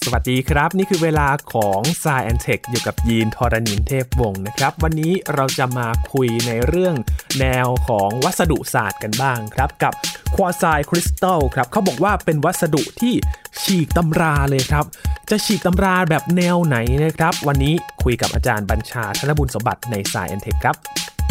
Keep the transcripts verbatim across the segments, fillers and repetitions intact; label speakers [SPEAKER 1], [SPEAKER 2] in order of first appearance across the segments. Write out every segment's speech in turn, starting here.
[SPEAKER 1] สวัสดีครับนี่คือเวลาของ Science แอนด์ Tech อยู่กับยีนทรณินเทพวงศ์นะครับวันนี้เราจะมาคุยในเรื่องแนวของวัสดุศาสตร์กันบ้างครับกับ Quartz Crystal ครับเขาบอกว่าเป็นวัสดุที่ฉีกตำราเลยครับจะฉีกตำราแบบแนวไหนนะครับวันนี้คุยกับอาจารย์บัญชาธนบุญสมบัติใน Science แอนด์ Tech ครับ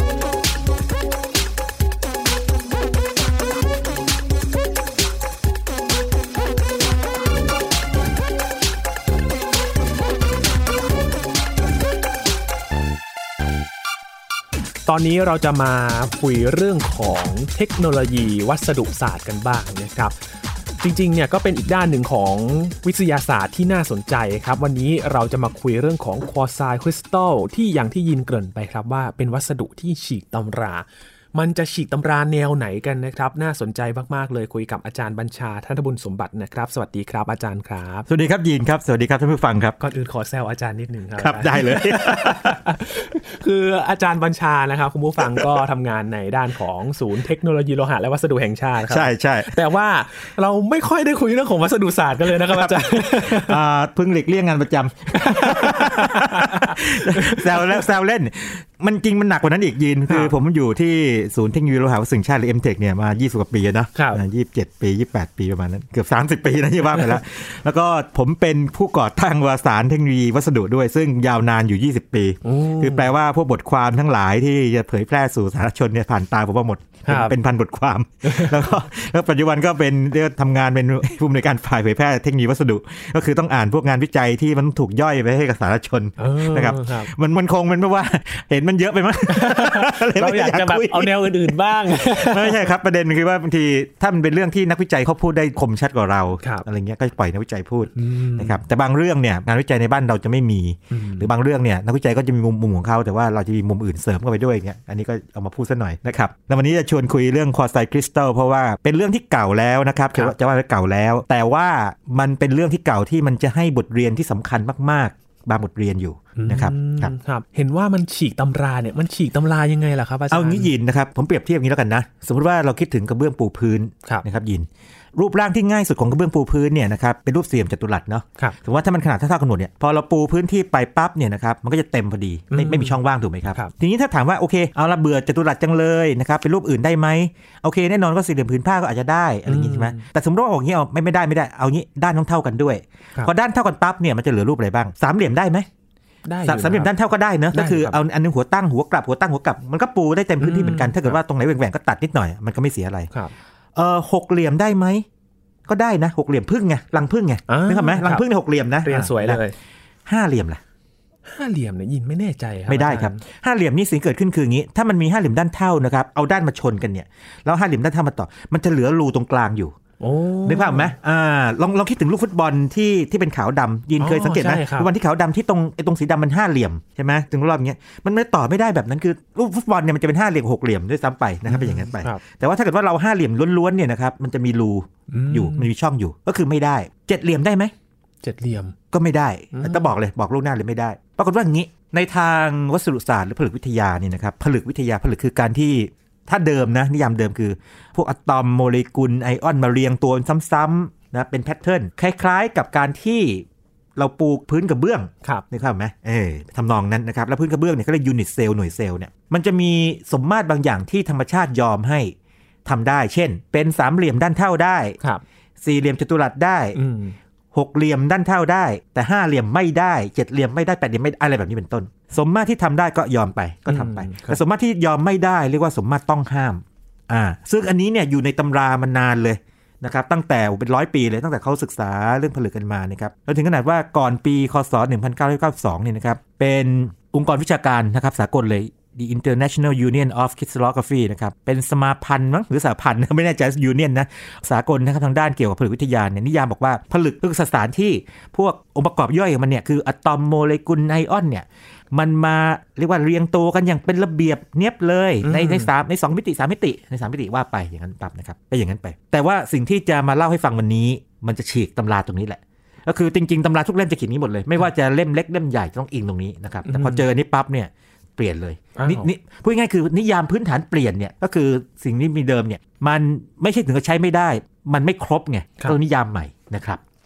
[SPEAKER 1] ตอนนี้เราจะมาคุยเรื่องของเทคโนโลยีวัสดุศาสตร์กันบ้างนะครับจริงๆเนี่ยก็เป็นอีกด้านหนึ่งของวิทยาศาสตร์ที่น่าสนใจครับวันนี้เราจะมาคุยเรื่องของ Quartz Crystal ที่อย่างที่ยินเกริ่นไปครับว่าเป็นวัสดุที่ฉีกตำรามันจะฉีกตำราแนวไหนกันนะครับน่าสนใจมากๆเลยคุยกับอาจารย์บัญชาธนบุญสมบัตินะครับสวัสดีครับอาจารย์ครับ
[SPEAKER 2] สวัสดีครับยีนครับสวัสดีครับท่านผู้ฟังครับ
[SPEAKER 1] ก่อนอื่นขอแซวอาจารย์นิดนึงครับ
[SPEAKER 2] ครับได้เลย
[SPEAKER 1] คืออาจารย์บัญชานะครับคุณผู้ฟังก็ทำงานในด้านของศูนย์เทคโนโลยีโลหะและวัสดุแห่งชาติครับ
[SPEAKER 2] ใช่ใช่
[SPEAKER 1] แต่ว่าเราไม่ค่อยได้คุยเรื่องของวัสดุศาสตร์กันเลยนะครับอาจารย์
[SPEAKER 2] เพิ่งหลีกเลี่ยงงานประจำแซวแล้วแซวเล่นมันจริงมันหนักกว่านั้นอีกยีนคือผมอยู่ที่ศูนย์เทคโนโลยีโลหะวัสดุแห่งชาติหรือ เอ็ม เทค เนี่ยมายี่สิบกว่าปีแล้วนะยี่สิบเจ็ดปียี่สิบแปดปีประมาณนั้นเกือบสามสิบปีนะที่ว่าไปแล้วแล้วก็ผมเป็นผู้ก่อตั้งวารสารเทคโนโลยีวัสดุด้วยซึ่งยาวนานอยู่ยี่สิบปีคือแปลว่าพวกบทความทั้งหลายที่จะเผยแพร่สู่สาธารณชนเนี่ยผ่านตาผมมาหมดเป็นพันบทความแล้วก็แล้วปัจจุบันก็เป็นเรียกทำงานเป็นผู้อำนวยการฝ่ายเผยแพร่เทคโนโลยีวัสดุก็คือต้องอ่านพวกงานวิจัยที่มันถูกย่อยไปให้กับสาธารณชนนะครับมันมันคงเป็นเพราะว่าเห็นมันเยอะไปมั้ย
[SPEAKER 1] เราอยากจะแบบเอาแนวอื่นๆบ้าง
[SPEAKER 2] ไม่ใช่ครับประเด็นคือว่าบางทีถ้ามันเป็นเรื่องที่นักวิจัยเขาพูดได้คมชัดกว่าเราอะไรเงี้ยก็ปล่อยนักวิจัยพูดนะครับแต่บางเรื่องเนี่ยงานวิจัยในบ้านเราจะไม่มีหรือบางเรื่องเนี่ยนักวิจัยก็จะมีมุมมุมของเขาแต่ว่าเราจะมีมุมอื่นเสริมเข้าไปด้วยเงี้ยอันนี้ก็เอามาพูดซะหน่อยนะครับแล้ววันนี้จะชวนคุยเรื่อง Quartz Crystal เพราะว่าเป็นเรื่องที่เก่าแล้วนะครับจะว่าเก่าแล้วแต่ว่ามันเป็นเรื่องที่เก่าที่มันจะให้บทเรียนที่สำคัญมากๆบางบทเรียนอยู่นะครับ
[SPEAKER 1] ครับครับเห็นว่ามันฉีกตำราเนี่ยมันฉีกตำรายังไงล่ะครับอาจารย์
[SPEAKER 2] เอางี้ยินนะครับผมเปรียบเทียบอย่างนี้แล้วกันนะสมมติว่าเราคิดถึงกระเบื้องปูพื้นนะครับยินรูปร่างที่ง่ายสุดของกระเบื้องปูพื้นเนี่ยนะครับเป็นรูปสี่เหลี่ยมจัตุรัสเนาะสมมติว่าถ้ามันขนาดเท่าๆกันหมดเนี่ยพอเราปูพื้นที่ไปปั๊บเนี่ยนะครับมันก็จะเต็มพอดีไม่ไม่มีช่องว่างถูกไหมครับทีนี้ถ้าถามว่าโอเคเอาละเบื่อจัตุรัสจังเลยนะครับเป็นรูปอื่นได้ไหมโอเคแน่นอนก็สี่เหลี่ยมผืนผ้าก็อาจจะได้อะไรอย่างงี้ใช่ไหมแต่สมมติว่าอย่างนี้เอาไม่ไม่ได้ไม่ได้เอางี้ด้านต้องเท่ากันด้วยพอด้านเท่ากันปั๊บเนี่ยมันจะเหลือรูปอะไรบ้างสามเหลี่ยมได้ไหมสามเหลี่ยมด้านเท่าก็ได้เนอะก็คือเอาอันนึงหัวตั้งหัวกลับหัวตั้งหัวกลับมันก็ปูได้เต็มพื้นที่เหมือนกันถ้าเกิดว่าตรงไหนแหว่งๆก็ตัดนิดหน่อยมันก็ไม่เสียอะไรเออหกเหลี่ยมได้ไหมก็ได้นะหกเหลี่ยมพึ่งไงรังพึ่งไงนึกออกไหมรังพึ่งในหกเหลี่ยมนะ
[SPEAKER 1] เรียนสวยเลย
[SPEAKER 2] ห้าเหลี่ยมล่ะ
[SPEAKER 1] ห้าเหลี่ยมเนี่ยยินไม่แน่ใจครับ
[SPEAKER 2] ไม่ได้ครับห้าเหลี่ยมนี่สิ่งเกิดขึ้นคืออย่างนี้ถ้ามันมีห้าเหลี่ยมด้านเท่านะครับเอาด้านมาชนกันเนี่ยแล้วห้าเหลี่ยมด้านเท่ามาต่อมันจะเหลือรูตรงกลางอยู่นึกภาพไหมอ่าลองลองคิดถึงลูกฟุตบอลที่ที่เป็นขาวดำยินเคยสังเกตไหมลูกบอลที่ขาวดำที่ตรงไอ้ตรงสีดำมันห้าเหลี่ยมใช่ไหมถึงรอบอย่างเงี้ยมันไม่ต่อไม่ได้แบบนั้นคือลูกฟุตบอลเนี่ยมันจะเป็นห้าเหลี่ยมหกเหลี่ยมด้วยซ้ำไปนะครับเป็นอย่างนั้นไปแต่ว่าถ้าเกิดว่าเราห้าเหลี่ยมล้วนๆเนี่ยนะครับมันจะมีรูอยู่มันมีช่องอยู่ก็คือไม่ได้เจ็ดเหลี่ยมได้ไหม
[SPEAKER 1] เจ็ดเหลี่ยม
[SPEAKER 2] ก็ไม่ได้ต้องบอกเลยบอกลูกหน้าเลยไม่ได้ปรากฏว่าอย่างนี้ในทางวัสดุศาสตร์หรือผลึกวิทยานี่นะครับผลึกวิทยาผลึกคือการที่ถ้าเดิมนะนิยามเดิมคือพวกอะตอมโมเลกุลไอออนมาเรียงตัวซ้ำๆนะเป็นแพทเทิร์นคล้ายๆกับการที่เราปูพื้นกระเบื้องนึกภาพไหมเออทำนองนั้นนะครับแล้วพื้นกระเบื้องเนี่ยเขาเรียกยูนิตเซลล์หน่วยเซลล์เนี่ยมันจะมีสมมาตรบางอย่างที่ธรรมชาติยอมให้ทำได้เช่นเป็นสามเหลี่ยมด้านเท่าได้สี่เหลี่ยมจัตุรัสได้หกเหลี่ยมด้านเท่าได้แต่ห้าเหลี่ยมไม่ได้เจ็ดเหลี่ยมไม่ได้แปดเหลี่ยมไม่อะไรแบบนี้เป็นต้นสมมาตรที่ทำได้ก็ยอมไปก็ทำไปแต่สมมาตรที่ยอมไม่ได้เรียกว่าสมมาตรต้องห้ามอ่าซึ่งอันนี้เนี่ยอยู่ในตำรามานานเลยนะครับตั้งแต่เป็นร้อยปีเลยตั้งแต่เขาศึกษาเรื่องผลึกกันมานะครับแล้วถึงขนาดว่าก่อนปีคศหนึ่งพันเก้าร้อยเก้าสิบสองเนี่ยนะครับเป็นองค์กรวิชาการนะครับสากลเลย The International Union of Crystallography นะครับเป็นสมาพันธ์มั้งหรือสหพันธ์ไม่แน่ใจ Union นะสากลนะครับทางด้านเกี่ยวกับผลึกวิทยาเนี่ยนิยามบอกว่าผลึกคือสสารที่พวกองค์ประกอบย่อยของมันเนี่ยคืออะตอมโมเลกุลไอออนเนี่ยมันมาเรียกว่าเรียงตัวกันอย่างเป็นระเบียบเนียบเลยในในสามในสองมิติสามมิติในสามมิติว่าไปอย่างนั้นปั๊บนะครับไปอย่างนั้นไปแต่ว่าสิ่งที่จะมาเล่าให้ฟังวันนี้มันจะฉีกตำราตรงนี้แหละก็คือจริงๆตำราทุกเล่มจะเขียนนี้หมดเลยไม่ว่าจะเล่มเล็กเล่มใหญ่ต้องอิงตรงนี้นะครับแต่พอเจอนี้ปั๊บเนี่ยเปลี่ยนเลยนี่นี่พูดง่ายๆคือนิยามพื้นฐานเปลี่ยนเนี่ยก็คือสิ่งที่มีเดิมเนี่ยมันไม่ใช่ถึงกับใช้ไม่ได้มันไม่ครบไงต้องนิยามใหม่นะครับ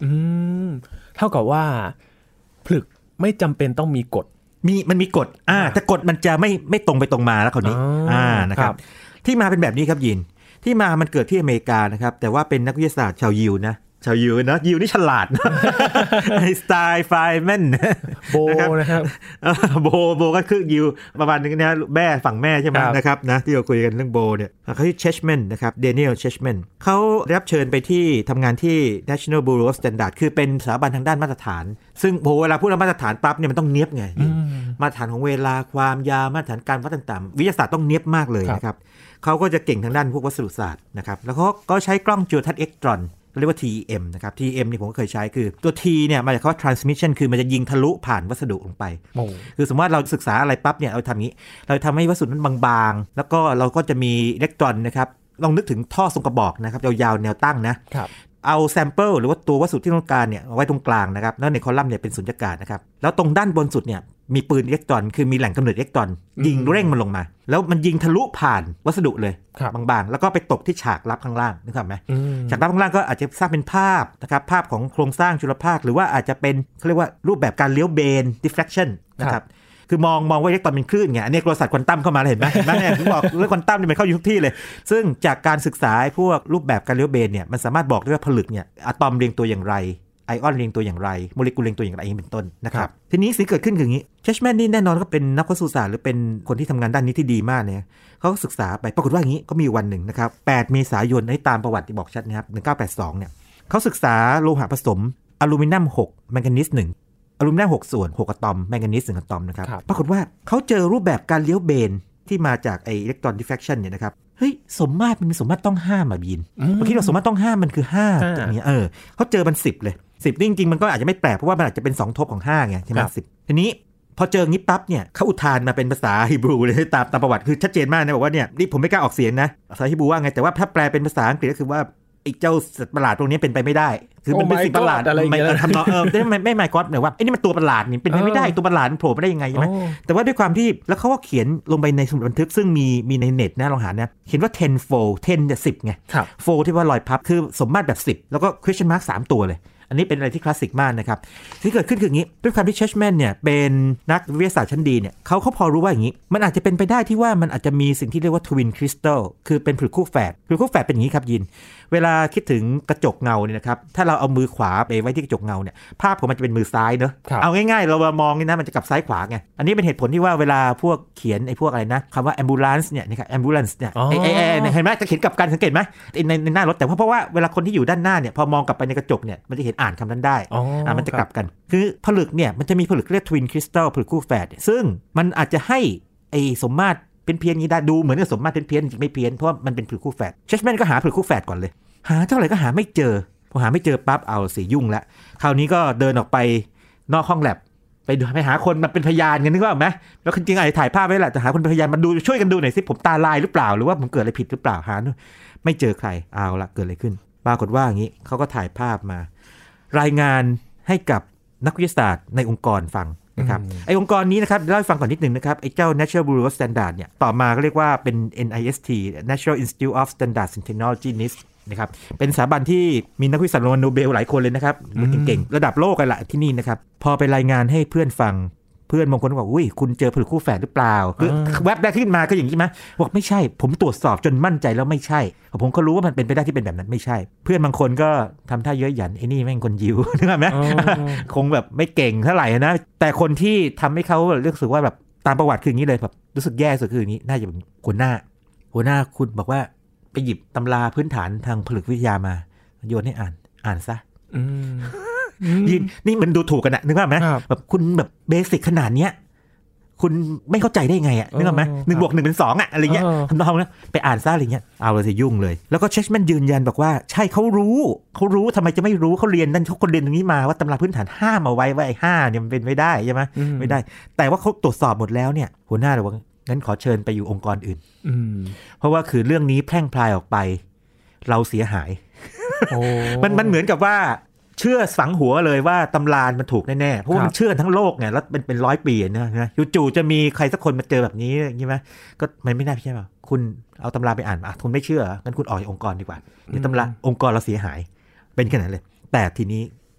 [SPEAKER 1] อืมเท่ากับว่าผลึกไม่จำเป็นต้องมีกฎ
[SPEAKER 2] มีมันมีกฎอ่าแต่กฎมันจะไม่ไม่ตรงไปตรงมาแล้วคราวนี้อ่านะครับที่มาเป็นแบบนี้ครับยินที่มามันเกิดที่อเมริกานะครับแต่ว่าเป็นนักวิทยาศาสตร์ชาวยิวนะชาวยิวนะยิวนี่ฉลาดนะไอสไตล์ไฟแมน
[SPEAKER 1] โบนะครับ
[SPEAKER 2] โบโบก็คือยิวประมาณนึงนะแม่ฝั่งแม่ใช่ไหมนะครับนะที่เราคุยกันเรื่องโบเนี่ยเขาชื่อเชชแมนนะครับเดนิเอลเชชแมนเขารับเชิญไปที่ทำงานที่ National Bureau of Standards คือเป็นสถาบันทางด้านมาตรฐานซึ่งโบเวลาพูดว่ามาตรฐานปั๊บเนี่ยมันต้องเนียบไงมาตรฐานของเวลาความยาวมาตรฐานการวัดต่างๆวิทยาศาสตร์ต้องเนียบมากเลยนะครับเขาก็จะเก่งทางด้านพวกวัสดุศาสตร์นะครับแล้วเขาก็ใช้กล้องจุลทรรศน์อิเล็กตรอนเรียกว่า ที อี เอ็ม นะครับ ที อี เอ็ม นี่ผมก็เคยใช้คือตัว T เนี่ยมาจากคำว่า transmission คือมันจะยิงทะลุผ่านวัสดุลงไปคือสมมติว่าเราศึกษาอะไรปั๊บเนี่ยเราทำงี้เราทำให้วัสดุนั้นบางๆแล้วก็เราก็จะมีอิเล็กตรอนนะครับลองนึกถึงท่อทรงกระบอกนะครับยาวๆแนวตั้งนะเอาแซมเปิลหรือว่าตัววัสดุที่ต้องการเนี่ยเอาไว้ตรงกลางนะครับแล้วในคอลัมน์เนี่ยเป็นสุญญากาศนะครับแล้วตรงด้านบนสุดเนี่ยมีปืนอิเล็กตรอนคือมีแหล่งกำเนิดอิเล็กตรอนยิงเร่งมันลงมาแล้วมันยิงทะลุผ่านวัสดุเลยบางๆแล้วก็ไปตกที่ฉากลับข้างล่างนึกภาพไหมฉากลับข้างล่างก็อาจจะสร้างเป็นภาพนะครับภาพของโครงสร้างจุลภาคหรือว่าอาจจะเป็นเขาเรียกว่ารูปแบบการเลี้ยวเบน diffraction นะครับคือมองมองว่าอิเล็กตรอนเป็นคลื่นไงอันนี้กลศาสตร์ควอนตัมเข้ามาเห็นไหมเห็นไหมเนี่ยผมบอกเรื่องควอนตัมนี่มันเข้าอยู่ทุกที่เลยซึ่งจากการศึกษาพวกรูปแบบการเลี้ยวเบนเนี่ยมันสามารถบอกได้ว่าผลึกเนี่ยอะตอมเรียงตัวอย่างไรไอออนเรียงตัวอย่างไรโมเลกุลเรียงตัวอย่างไรเป็นต้นนะครับทีนี้สิ่งเกิดขึ้นคืออย่างนี้เชชแมนนี่แน่นอนก็เป็นนักวัสดุศาสตร์หรือเป็นคนที่ทำงานด้านนี้ที่ดีมากเนี่ยเขาศึกษาไปปรากฏว่าอย่างนี้ก็มีวันหนึ่งนะครับแปดเมษายนให้ตามประวัติที่บอกชัดนะครับหนึ่งเก้าแปดสองเนี่ยเขาศึกษาโลหะผสมอลูมิเนียมหกแมงกานีสหนึ่งอลูมิเนียมหกส่วนหกอะตอมแมงกานีสหนึ่งอะตอมนะครับปรากฏว่าเขาเจอรูปแบบการเลี้ยวเบนที่มาจากไออิเล็กตรอนดิฟแฟคชั่นเนี่ยนะครับเฮ้ยสมมาตรมันมีสมมาตรต้องห้ามอ่ะบินเมื่อกี้เราสมมาตรต้องห้ามมันคือห้าอย่างเงี้ยเออเขาเจอมันสิบเลยสิบจริงๆมันก็อาจจะไม่แปลกเพราะว่ามันอาจจะเป็นสองทบของห้าไงใช่ไหมสิบทีนี้พอเจองี้ปั๊บเนี่ยเขาอุทานมาเป็นภาษาฮีบรูเลยตามตามประวัติคือชัดเจนมากนะบอกว่าเนี่ยนี่ผมไม่กล้าออกเสียงนะภาษาฮีบรูว่าไงแต่ว่าถ้าแปลเป็นภาษาอังกฤษก็คือว่าไอ้เจ้าสัตว์ประหลาดตรงนี้เป็นไปไม่ได้คือมันเป็นสิ่งประหลาดอะไรอย่างเงี้ยทำนองเออไม่ไม่ไม่ก็อดเนี่ยว่าไอ้นี่มันตัวประหลาดนี่เป็นไปไม่ได้ตัวประหลาดมันโผล่มาได้ยังไงใช่ไหมแต่ว่าด้วยความที่แล้วเขาก็เขียนลงไปในสมุดบันทึกซึ่งมีมีในเน็ตนะลองหานะเขียนว่า ten fold ten จะสิบไง fold ที่ว่ารอยพับคือสมมาตรแบบสิบแล้วก็ question mark สามตัวเลยอันนี้เป็นอะไรที่คลาสสิกมากนะครับที่เกิดขึ้นคืออย่างนี้ด้วยความที่เชชแมนเนี่ยเป็นนักวิทยาศาสตร์ชั้นดีเนี่ยเขาเขาพอรู้ว่าอย่างนี้มันอาจจะเป็นไปได้ที่ว่ามันอาจจะมีสิ่งที่เรียกว่าทวินคริสตัลคือเป็นผลึกคู่แฝดผลึกคู่แฝดเป็นอย่างนี้ครับยินเวลาคิดถึงกระจกเงาเนี่ยนะครับถ้าเราเอามือขวาไปไว้ที่กระจกเงาเนี่ยภาพของมันจะเป็นมือซ้ายเนอะเอาง่ายๆเรามองนี่นะมันจะกลับซ้ายขวาไงอันนี้เป็นเหตุผลที่ว่าเวลาพวกเขียนไอ้พวกอะไรนะคำว่า ambulance เนี่ยนะครับ ambulance เนี่ยไอ้ไอ้เห็นไหมจะเขียนกับการสังเกตไหมในในหน้ารถแต่เพราะว่าเวลาคนที่อยู่ด้านหน้าเนี่ยพอมองกลับไปในกระจกเนี่ยมันจะเห็นอ่านคำนั้นได้อ่ามันจะกลับกันคือผลึกเนี่ยมันจะมีผลึกเรียกทวินคริสตัลผลึกคู่แฝดซึ่งมันอาจจะให้ไอ้สมมาตรเป็นเพี้ยนนี้ได้ดูเหมือนกับสมมาตรเป็นเพี้ยนจริงไม่เพี้ยนเพราะมันเป็นผลึกคู่แฝดเชชแมนก็หาผลึกคู่แฝดก่อนเลยหาเท่าไหร่ก็หาไม่เจอพอหาไม่เจอปั๊บเอาสิยุ่งละคราวนี้ก็เดินออกไปนอกห้องแลบไปดูไปหาคนมาเป็นพยานกันนึกว่าไหมแล้วจริงๆอาจจะถ่ายภาพไว้แหละแต่หาคนเป็นพยานมาดูช่วยกันดูหน่อยสิผมตาลายหรือเปล่าหรือว่าผมเกิดอะไรผิดหรือเปล่าหาไม่เจอใครเอาละเกิดอะไรขึ้นปรากฏว่าอย่างนี้เขาก็ถ่ายภาพมารายงานให้กับนักวิทยาศาสตร์ในองค์กรฟังนะครับไอองค์กรนี้นะครับเล่าให้ฟังก่อนนิดนึงนะครับไอเจ้า National Bureau of Standards เนี่ยต่อมาก็เรียกว่าเป็น เอ็น ไอ เอส ที National Institute of Standards and Technology นิส นะครับเป็นสถาบันที่มีนักวิทยาศาสตร์รางวัลโนเบลหลายคนเลยนะครับเก่งๆระดับโลกกันละที่นี่นะครับพอไปรายงานให้เพื่อนฟังเพื่อนบางคนก็บอกอุ้ยคุณเจอผลึกคู่แฝดหรือเปล่าคือแวบแรกที่มาก็อย่างนี้ใช่ไหมบอกไม่ใช่ผมตรวจสอบจนมั่นใจแล้วไม่ใช่ผมก็รู้ว่ามันเป็นไปได้ที่เป็นแบบนั้นไม่ใช่เพื่อนบางคนก็ทำท่าเยอะหยันไอ้นี่แม่งคนยิวนึกออกไหมคงแบบไม่เก่งเท่าไหร่นะแต่คนที่ทำให้เขารู้สึกว่าแบบตามประวัติคืออย่างนี้เลยแบบรู้สึกแย่สุดคืออย่างนี้น่าจะเป็นหัวหน้าหัวหน้าคุณบอกว่าไปหยิบตำราพื้นฐานทางผลึกวิทยามาโยนให้อ่านอ่านซะยินนี่มันดูถูกกันนะนึกว่าไหมแบบคุณแบบเบสิกขนาดเนี้ยคุณไม่เข้าใจได้ไงอ่ะนึกออกไหมหนึ่งบวกหนึ่งเป็นสองอ่ะอะไรเงี้ยทำนองนั้นไปอ่านซะอะไรเงี้ยเอาเลยสิยุ่งเลยแล้วก็เชชแมนยืนยันบอกว่าใช่เขารู้เขารู้ทำไมจะไม่รู้เขาเรียนนั่นเขาคนเรียนตรงนี้มาว่าตำราพื้นฐานห้ามเอาไว้ว่าไอ้ห้าเนี่ยมันเป็นไม่ได้ใช่ไหมไม่ได้แต่ว่าเขาตรวจสอบหมดแล้วเนี่ยหัวหน้าเลยว่างั้นขอเชิญไปอยู่องค์กรอื่นเพราะว่าคือเรื่องนี้แพร่งพลายออกไปเราเสียหายมันมันเหมือนกับว่าเชื่อฝังหัวเลยว่าตำรามันถูกแน่ๆเพราะว่ามันเชื่อทั้งโลกไงแล้วเป็นเป็นร้อยปีนะนะจู่ๆจะมีใครสักคนมาเจอแบบนี้ใช่ไหมก็มันไม่น่าใช่ไหมคุณเอาตำราไปอ่านอ่ะคุณไม่เชื่องั้นคุณออกจากองค์กรดีกว่าเดี๋ยวตำราองค์กรเราเสียหายเป็นขนาดเลยแต่ทีนี้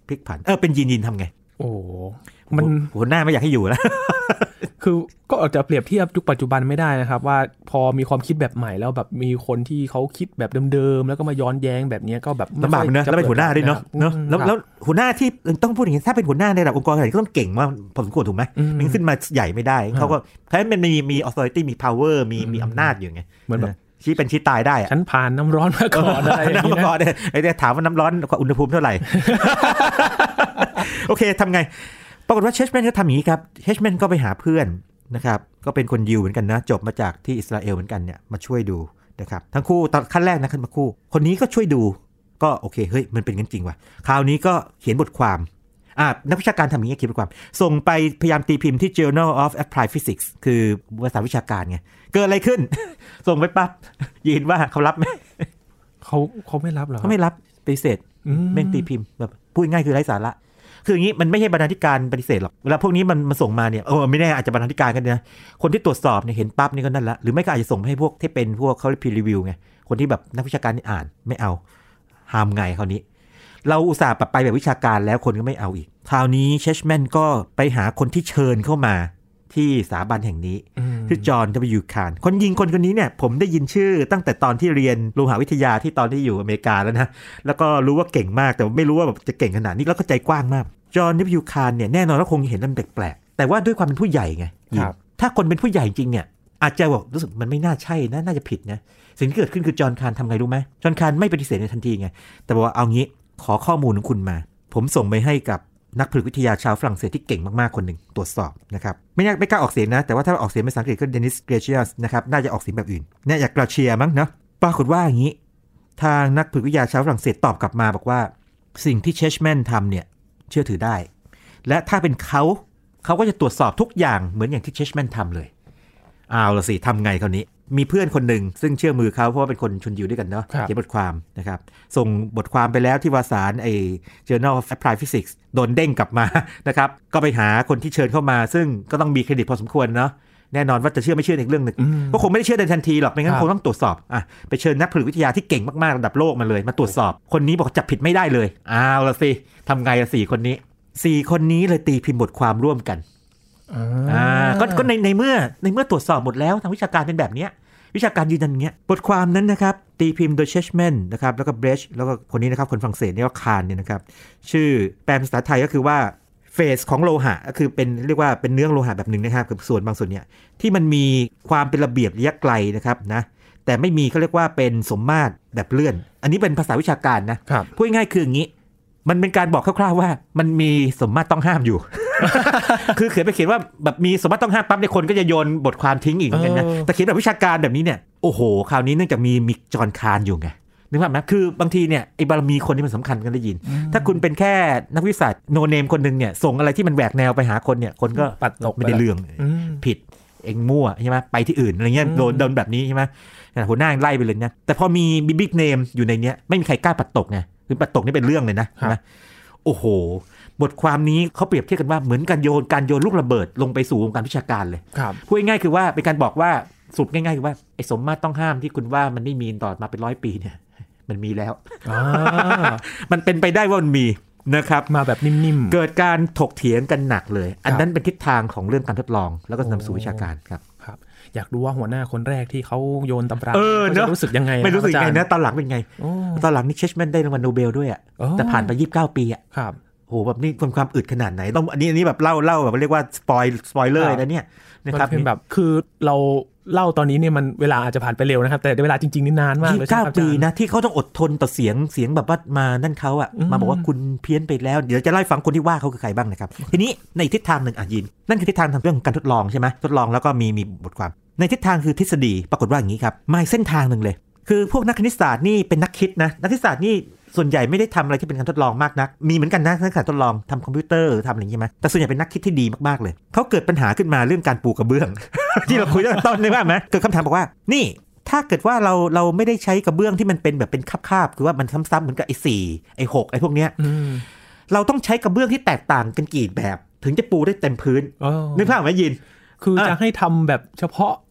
[SPEAKER 2] พลิกผันเออเป็นยีนยีนทำไง
[SPEAKER 1] โอ้มัน
[SPEAKER 2] หัวหน้าไม่อยากให้อยู่แล้ว
[SPEAKER 1] คือก็อาจจะเปรียบเทียบยุคปัจจุบันไม่ได้นะครับว่าพอมีความคิดแบบใหม่แล้วแบบมีคนที่เขาคิดแบบเดิมๆแล้วก็มาย้อนแย้งแบบนี้ก็แบบ
[SPEAKER 2] ลำบากนะแล้วเป็นหัวหน้าด้วยเนาะเนาะแล้วแล้วหัวหน้าที่ต้องพูดอย่างนี้ถ้าเป็นหัวหน้าในระดับองค์กรใหญ่ก็ต้องเก่งมากพอสมควรถูกไหมมันขึ้นมาใหญ่ไม่ได้เขาก็แค่มันมีมี authority มี power มีมีอำนาจอยู่ไง
[SPEAKER 1] เหมือนแบบ
[SPEAKER 2] ชี้เป็นชี้ตายได้
[SPEAKER 1] ฉันผ่านน้ำร้อนมาก่อนอะไรอย่างนี้นะ
[SPEAKER 2] ไอ้เนี่ยถามว่าน้ำร้อนอุณหภูมิเท่าไหร่ โอเคทำไงปรากฏว่าเชชแมนก็ทำอย่างนี้ครับเชชแมนก็ไปหาเพื่อนนะครับก็เป็นคนยิวเหมือนกันนะจบมาจากที่อิสราเอลเหมือนกันเนี่ยมาช่วยดูนะครับทั้งคู่ตอนขั้นแรกนะขั้นมาคู่คนนี้ก็ช่วยดูก็โอเคเฮ้ยมันเป็นงั้นจริงว่ะคราวนี้ก็เขียนบทความอ่านักวิชาการทำอย่างนี้เขียนบทความส่งไปพยายามตีพิมพ์ที่ Journal of Applied Physics คือวารสารวิชาการไงเกิดอะไรขึ้น ส่งไปปั๊บยินว่าเขารับไหม
[SPEAKER 1] เขาเขาไม่รับหรอ
[SPEAKER 2] เขาไม่รับปฏิเสธแม่งตีพิมพ์แบบพูดง่ายคือไร้สาระคืออย่างนี้มันไม่ใช่บรรณาธิการปฏิเสธหรอกเวลาพวกนี้มันมาส่งมาเนี่ยเออไม่แน่อาจจะบรรณาธิการกันนะคนที่ตรวจสอบเนี่ยเห็นปั๊บนี่ก็นั่นละหรือไม่ก็อาจจะส่งให้พวกที่เป็นพวกเขาพีรีวิวไงคนที่แบบนักวิชาการนี่อ่านไม่เอาห้ามไงคราวนี้เราอุตส่าห์ปรับไปแบบวิชาการแล้วคนก็ไม่เอาอีกคราวนี้เชชแมนก็ไปหาคนที่เชิญเข้ามาที่สถาบันแห่งนี้ชื่อจอห์น ดับเบิลยู คาร์นคนยิงคนคนนี้เนี่ยผมได้ยินชื่อตั้งแต่ตอนที่เรียนโลหะวิทยาที่ตอนที่อยู่อเมริกาแล้วนะแล้วก็รู้ว่าเก่งมากแต่ไม่รู้ว่าแบบจะเก่งขนาดนี้แล้วก็ใจกว้างมากจอห์น ดับเบิลยู คาร์นเนี่ยแน่นอนว่าคงเห็นแล้วมันแปลกๆแต่ว่าด้วยความเป็นผู้ใหญ่ไงถ้าคนเป็นผู้ใหญ่จริงเนี่ยอาจจะบอกรู้สึกมันไม่น่าใช่นะน่าจะผิดนะสิ่งที่เกิดขึ้นคือจอห์นคาร์นทำไงรู้ไหมจอห์นคาร์นไม่ปฏิเสธในทันทีไงแต่บอกว่าเอางี้ขอข้อมูลของคุณมาผมส่งไปให้กับนักผลึกวิทยาชาวฝรั่งเศสที่เก่งมากๆคนหนึ่งตรวจสอบนะครับไม่ไม่กล้าออกเสียงนะแต่ว่าถ้าออกเสียงเป็นภาษาอังกฤษก็เดนิสเกรเชียสนะครับน่าจะออกเสียงแบบอื่นเนี่ยอยากกราเชียมั้งเนาะปรากฏว่าอย่างนี้ทางนักผลึกวิทยาชาวฝรั่งเศสตอบกลับมาบอกว่าสิ่งที่เชชแมนทำเนี่ยเชื่อถือได้และถ้าเป็นเขาเขาก็จะตรวจสอบทุกอย่างเหมือนอย่างที่เชชแมนทำเลยเอาละสิทำไงคราวนี้มีเพื่อนคนหนึ่งซึ่งเชื่อมือเขาเพราะว่าเป็นคนชนยิวด้วยกันเนาะเขียนบทความนะครับส่งบทความไปแล้วที่วารสารไอ้ Journal of Applied Physics โดนเด้งกลับมานะครับก็ไปหาคนที่เชิญเข้ามาซึ่งก็ต้องมีเครดิตพอสมควรเนาะแน่นอนว่าจะเชื่อไม่เชื่ออีกเรื่องนึงก็คงไม่ได้เชื่อในทันทีหรอกไม่งั้นคงต้องตรวจสอบอ่ะไปเชิญนักผลึกวิทยาที่เก่งมากๆระดับโลกมาเลยมาตรวจสอบคนนี้บอกจับผิดไม่ได้เลยอ้าวละสิทำไงละสี่คนนี้สี่คนนี้เลยตีพิมพ์บทความร่วมกันอ่าก็ก็ในในเมื่อในเมื่อตรวจสอบหมดแล้วทางวิชาการเป็นแบบเนี้ยวิชาการยืนยันอย่างเงี้ยบทความนั้นนะครับตีพิมพ์โดยเชชแมนนะครับแล้วก็เบรชแล้วก็คนนี้นะครับคนฝรั่งเศสนี่ก็คาร์นเนี่ยนะครับชื่อแปลภาษาไทยก็คือว่าเฟสของโลหะก็คือเป็นเรียกว่าเป็นเนื้อโลหะแบบหนึ่งนะครับกับส่วนบางส่วนเนี่ยที่มันมีความเป็นระเบียบระยะไกลนะครับนะแต่ไม่มีเขาเรียกว่าเป็นสมมาตรแบบเลื่อนอันนี้เป็นภาษาวิชาการนะพูดง่ายๆคืออย่างนี้มันเป็นการบอกคร่าวๆว่ามันมีสมมาตรต้องห้ามอยู่ คือเขียนไปเขียนว่าแบบมีสมมาตรต้องห้ามปั๊บในคนก็จะโยนบทความทิ้งอีกเหมือนกันนะแต่เขียนแบบวิชาการแบบนี้เนี่ยโอ้โหคราวนี้เนื่องจากมีมีจอห์นคาร์นอยู่ไงนึกภาพไหมคือบางทีเนี่ยไอ้บารมีคนที่มันสำคัญกันได้ยินถ้าคุณเป็นแค่นักวิทยาศาสตร์โนเนมคนนึงเนี่ยส่งอะไรที่มันแหวกแนวไปหาคนเนี่ยคนก็ปัดตกไม่ได้เรื่องผิดเองมั่วใช่ไหมไปที่อื่นอะไรเงี้ยโดนโดนแบบนี้ใช่ไหมหัวหน้าไล่ไปเลยนะแต่พอมีบิ๊กเนมอยู่ในเนี้ยไม่มีใครกล้าปัดตกไงคือปัดตกนี่เป็นเรื่องเลยนะใช่ไหมโอ้โหบทความนี้เขาเปรียบเทียบกันว่าเหมือนการโยนการโยนลูกระเบิดลงไปสู่วงการวิชาการเลยพูดง่ายๆคือว่าเป็นการบอกว่าสรุปง่ายๆคือว่าไอ้สมมาตรต้องห้ามที่คุณว่ามันไม่มีต่อมาเป็นร้อยปีเนี่ยมันมีแล้ว มันเป็นไปได้ว่ามันมีนะครับ
[SPEAKER 1] มาแบบนิ่ม
[SPEAKER 2] ๆเกิดการถกเถียงกันหนักเลยอันนั้นเป็นทิศทางของเรื่องการทดลองแล้วก็นำสู่วิชาการครับ
[SPEAKER 1] ครับอยากรู้ว่าหัวหน้าคนแรกที่เขาโยนตำราจะรู้สึกยังไง
[SPEAKER 2] ไม่รู้สึกยังไงนะตอนหลังเป็นไงตอนหลังนี่เชชแมนได้รางวัลโนเบลด้วยอ่ะแต่ผ่านไปยี่สิบเก้าปีอ่ะโอ้แบบนี้ความความอึดขนาดไหนต้องอันนี้อันนี้แบบเล่าเล่าแบบเรียกว่าสปอยสปอยเลอร์นะเนี่ยนะครับ
[SPEAKER 1] เป็นแบบคือเราเล่าตอนนี้เนี่ยมันเวลาอาจจะผ่านไปเร็วนะครับแต่เวลาจริงๆนี่นานมากเลย
[SPEAKER 2] ยี่สิบเก้าปีนะที่เขาต้องอดทนต่อเสียงเสียงแบบว่ามานั่นเขาอ่ะมาบอกว่าคุณเพี้ยนไปแล้วเดี๋ยวจะเล่าฟังคนที่ว่าเขาคือใครบ้างนะครับทีนี้ในทิศทางหนึ่งอ่ะยินนั่นคือทิศทางทางเรื่องของการทดลองใช่ไหมทดลองแล้วก็มีมีบทความในทิศทางคือทฤษฎีปรากฏว่าอย่างนี้ครับมาเส้นทางหนึ่งเลยคือพวกนักคณิตศาสตร์นี่เป็นนักคิดนะนักคณิตศาสตร์นี่ส่วนใหญ่ไม่ได้ทำอะไรที่เป็นการทดลองมากนักมีเหมือนกันนะนักการทดลองทำคอมพิวเตอร์ทำอะไรอย่างนี้ไหมแต่ส่วนใหญ่เป็นนักคิดที่ดีมากๆเลยเขาเกิดปัญหาขึ้นมาเรื่องการปูกระเบื้อง ที่เราคุยตั้งแต่ต้นเลยว่าไหมเกิดคำถามบอกว่านี่ถ้าเกิดว่าเราเราไม่ได้ใช้กระเบื้องที่มันเป็นแบบเป็นคาบๆคือว่ามันซ้ำๆเหมือนกับไอ้สี่ไอ้หกไอ้พวกเนี้ยเราต้องใช้กระเบื้องที่แตกต่างกันกี่แบบถึงจะปูได้เต็มพื้นนึกภาพไหมยิน
[SPEAKER 1] คือจะให้ทำแบบเฉพาะแบบ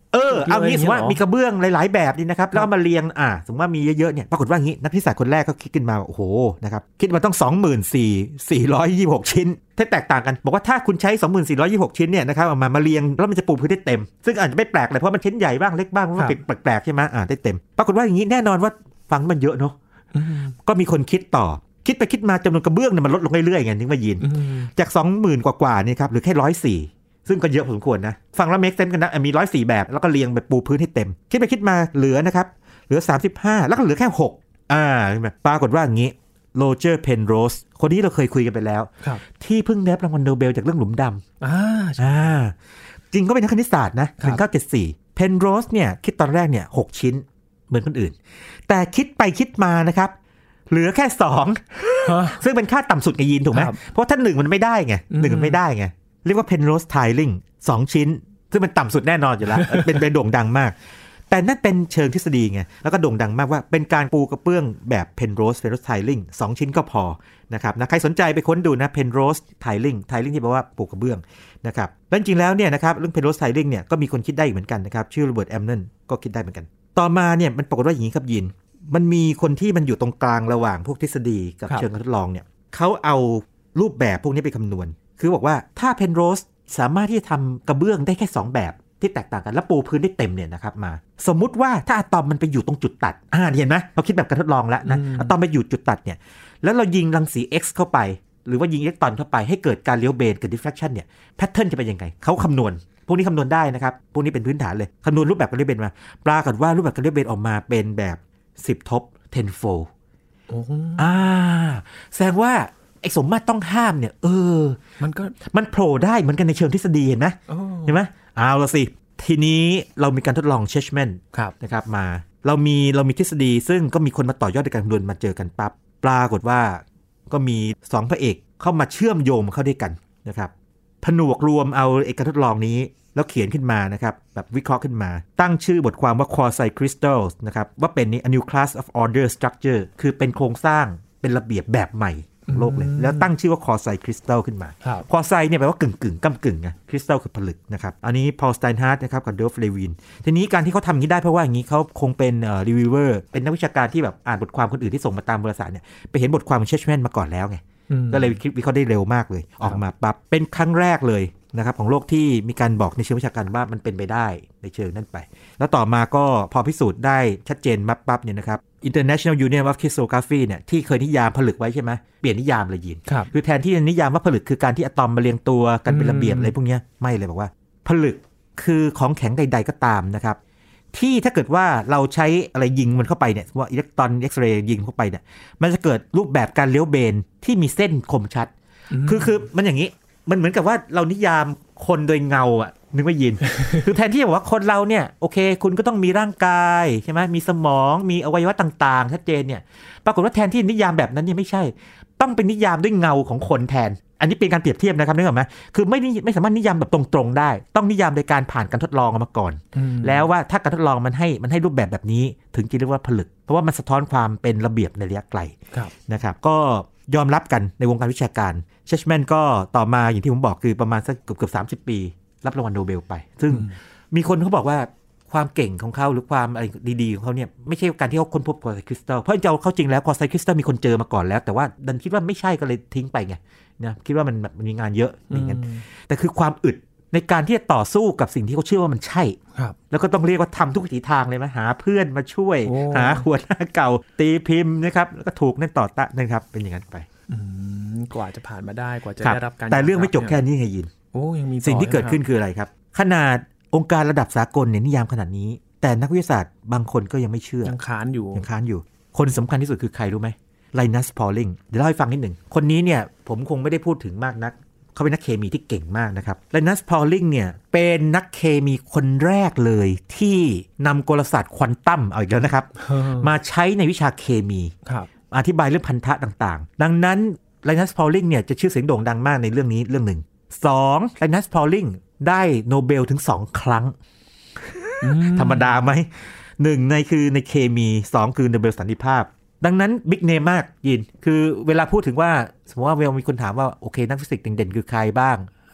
[SPEAKER 2] เออเอางี้สมมติว่ามีกระเบื้องหลายๆแบบนี่นะครับแล้วเอามาเรียงอ่าสมมติว่ามีเยอะๆเนี่ยปรากฏว่าอย่างนี้นักวิทยาศาสตร์คนแรกก็คิดขึ้นมาโอ้โหนะครับคิดมาต้อง สองหมื่นสี่พันสี่ร้อยยี่สิบหก ชิ้นที่แตกต่างกันบอกว่าถ้าคุณใช้ สองหมื่นสี่พันสี่ร้อยยี่สิบหก ชิ้นเนี่ยนะครับเอามามาเรียงแล้วมันจะปูพื้นได้เต็มซึ่งอาจจะไม่แปลกเลยเพราะมันชิ้นใหญ่บ้างเล็กบ้างมันเป็นแปลกๆใช่ไหมอ่าได้เต็มปรากฏว่าอย่างนี้แน่นอนว่าฟังมันเยอะเนาะก็มีคนคิดต่อคิดไปคิดมาจำนวนกระเบื้องเนี่ยมันลดลงเรื่อยๆไงนึกว่ายินจาก สองหมื่น กว่าๆนี่ครับหรือแค่หนึ่งร้อยสี่ซึ่งก็เยอะพอสมควรนะฟังแล้วเมคเซนส์กันนะมีหนึ่งร้อยสี่แบบแล้วก็เรียงแบบปูพื้นให้เต็มคิดไปคิดมาเหลือนะครับเหลือสามสิบห้าแล้วก็เหลือแค่หกอ่าปรากฏว่าอย่างนี้โรเจอร์เพนโรสคนนี้เราเคยคุยกันไปแล้วที่เพิ่งได้รางวัลโนเบลจากเรื่องหลุมดำอ่าอ่าจริงก็เป็นนักคณิตศาสตร์นะหนึ่งเก้าเจ็ดสี่เพนโรสเนี่ยคิดตอนแรกเนี่ยหกชิ้นเหมือนคนอื่นแต่คิดไปคิดมานะครับเหลือแค่สองซึ่งเป็นค่าต่ำสุดในยีนถูกไหมเพราะถ้าหนึ่งมันไม่ได้ไงหนึ่งมันไม่ได้ไงเรียกว่า Penrose Tiling สองชิ้นซึ่งเป็นต่ำสุดแน่นอนอยู่แล้ว เป็นเป็นโด่งดังมากแต่นั่นเป็นเชิงทฤษฎีไงแล้วก็โด่งดังมากว่าเป็นการปูกระเบื้องแบบ Penrose Penrose Tiling สองชิ้นก็พอนะครับนะใครสนใจไปค้นดูนะ Penrose Tiling Tiling ที่แปลว่าปูกระเบื้องนะครับแล้วจริงๆแล้วเนี่ยนะครับเรื่อง Penrose Tiling เนี่ยก็มีคนคิดได้เหมือนกันนะครับชื่อโรเบิร์ตแอมเนนก็คิดได้เหมือนกันต่อมาเนี่ยมันปรากฏว่าอย่างนี้ครับยินมันมีคนที่มันอยู่ตรงกลางระหว่างพวกทฤษฎีกับเชิงทดลองเนี่ยเขาเอารูปแบบพวกนี้ไปคำนวณคือบอกว่าถ้าเพนโรสสามารถที่จะทำกระเบื้องได้แค่สองแบบที่แตกต่างกันแล้วปูพื้นได้เต็มเนี่ยนะครับมาสมมุติว่าถ้าอะตอมมันไปอยู่ตรงจุดตัดอ่าเห็นไหมเราคิดแบบการทดลองแล้วนะอะตอมไปอยู่จุดตัดเนี่ยแล้วเรายิงรังสี X เข้าไปหรือว่ายิงอิเล็กตรอนเข้าไปให้เกิดการเลี้ยวเบนเกิด diffraction เนี่ยแพทเทิร์นจะเป็นยังไงเขาคำนวณพวกนี้คำนวณได้นะครับพวกนี้เป็นพื้นฐานเลยคำนวณรูปแบบการเลี้ยวเบนมาปรากฏว่ารูปแบบการเลี้ยวเบนออกมาเป็นแบบสิบทบtenfold อ่าแสดงว่าไอ้สมมาตรต้องห้ามเนี่ยเออมันก็มันโผล่ได้เหมือนกันในเชิงทฤษฎีเห็นไหมเห็นไหมเอาละสิทีนี้เรามีการทดลองเชชแมนนะครับมาเรามีเรามีทฤษฎีซึ่งก็มีคนมาต่อยอดในการคำนวณมาเจอกันปั๊บปรากฏว่าก็มีสองพระเอกเข้ามาเชื่อมโยงเข้าด้วยกันนะครับผนวกรวมเอาไอ้การทดลองนี้แล้วเขียนขึ้นมานะครับแบบวิเคราะห์ขึ้นมาตั้งชื่อบทความว่า quasi crystals นะครับว่าเป็นนี่ a new class of order structure คือเป็นโครงสร้างเป็นระเบียบแบบใหม่ของโลกเลยแล้วตั้งชื่อว่า quasi crystal ขึ้นมา quasi เนี่ยแปลว่ากึ่งกึ่งก้ำกึ่งไง crystal คือผลึกนะครับอันนี้ Paul Steinhardt นะครับกับ Dolph Levine ทีนี้การที่เขาทำอย่างนี้ได้เพราะว่าอย่างนี้เขาคงเป็น reviewer เป็นนักวิชาการที่แบบอ่านบทความคนอื่นที่ส่งมาตามวารสารเนี่ยไปเห็นบทความของ Chessman มาก่อนแล้วไงก็เลยวิเคราะห์ได้เร็วมากเลยออกมาปั๊บเป็นครั้งแรกเลยนะครับของโลกที่มีการบอกในเชิงวิชาการว่ามันเป็นไปได้ในเชิงนั้นไปแล้วต่อมาก็พอพิสูจน์ได้ชัดเจนปั๊บๆเนี่ยนะครับ International Union of Crystallography เนี่ยที่เคยนิยามผลึกไว้ใช่ไหมเปลี่ยนนิยามเลยยิน ค, คือแทนที่จะนิยามว่าผลึกคือการที่อะตอมมาเรียงตัวกันเป็นระเบียบอะไรพวกนี้ไม่เลยบอกว่าผลึกคือของแข็งใดๆก็ตามนะครับที่ถ้าเกิดว่าเราใช้อะไรยิงมันเข้าไปเนี่ยว่าอิเล็กตรอนเอ็กซเรย์ยิงเข้าไปเนี่ยมันจะเกิดรูปแบบการเลี้ยวเบนที่มีเส้นคมชัดคือคือมันอย่างนี้มันเหมือนกับว่าเรานิยามคนโดยเงาอ่ะนึกว่ายิน คือแทนที่จะบอกว่าคนเราเนี่ยโอเคคุณก็ต้องมีร่างกายใช่ไหมมีสมองมีอวัยวะต่างๆชัดเจนเนี่ยปรากฏว่าแทนที่นิยามแบบนั้นเนี่ยไม่ใช่ต้องเป็นนิยามด้วยเงาของคนแทนอันนี้เป็นการเปรียบเทียบนะครับนึกออกไหมคือไม่ไม่สามารถนิยามแบบตรงๆได้ต้องนิยามโดยการผ่านการทดลองมาก่อนแล้วว่าถ้าการทดลองมันให้มันให้รูปแบบแบบนี้ถึงจะเรียกว่าผลึกเพราะว่ามันสะท้อนความเป็นระเบียบในระยะไกลนะครับก็ยอมรับกันในวงการวิชาการเชชแมนก็ต่อมาอย่างที่ผมบอกคือประมาณสักเกือบเกือบสามสิบปีรับรางวัลโนเบลไปซึ่งมีคนเขาบอกว่าความเก่งของเขาหรือความอะไรดีๆของเขาเนี่ยไม่ใช่การที่เขาค้นพบควอไซคริสตัลเพราะจะเอาเข้าจริงแล้วควอไซคริสตัลมีคนเจอมาก่อนแล้วแต่ว่าดันคิดว่าไม่ใช่ก็เลยทิ้งไปไงนะคิดว่ามันแบบมันมีงานเยอะอย่างนั้นแต่คือความอึดในการที่จะต่อสู้กับสิ่งที่เขาเชื่อว่ามันใช่แล้วก็ต้องเรียกว่าทำทุกวิถีทางเลยนะหาเพื่อนมาช่วยหาหัวหน้าเก่าตีพิมพ์นะครับแล้วก็ถูกนั่นต่อตะนะครับเป็นอย่างนั้นไป
[SPEAKER 1] กว่าจะผ่านมาได้กว่าจะได้รับการ
[SPEAKER 2] แต่เรื่องไม่จบแค่นี้ไงยิน
[SPEAKER 1] โอ้ยังมี
[SPEAKER 2] สิ่งที่เกิดขึ้นคืออะไรครับขนาดองค์การระดับสากลเนี่ยนิยามขนาดนี้แต่นักวิทยาศาสตร์บางคนก็ยังไม่เชื่อ
[SPEAKER 1] ยังค้านอยู่
[SPEAKER 2] ยังค้านอยู่คนสำคัญที่สุดคือใครรู้ไหมไลนัสพอลลิงเดี๋ยวเล่าให้ฟังนิดหนึ่งคนนี้เนี่ยผมคงไม่ได้พูดถึงมากนักเขาเป็นนักเคมีที่เก่งมากนะครับไลนัสพอลลิงเนี่ยเป็นนักเคมีคนแรกเลยที่นำกลศาสตร์ควอนตัมเอาอีกแล้วนะครับ มาใช้ในวิชาเคมีอธิบายเรื่องพันธะต่างๆดังนั้นไลนัสพอลลิงเนี่ยจะชื่อเสียงโด่งดังมากในเรื่องนี้เรื่องหนึ่งสองไลนัสพอลลิงได้โนเบลถึงสองครั้ง ธรรมดาไหมหนึ่งในคือในเคมีสองคือโนเบลสันติภาพดังนั้นบิ๊กเนมมากยินคือเวลาพูดถึงว่าสมมติว่าเวลามีคนถามว่าโอเคนักฟิสิกส์เด่นๆคือใครบ้าง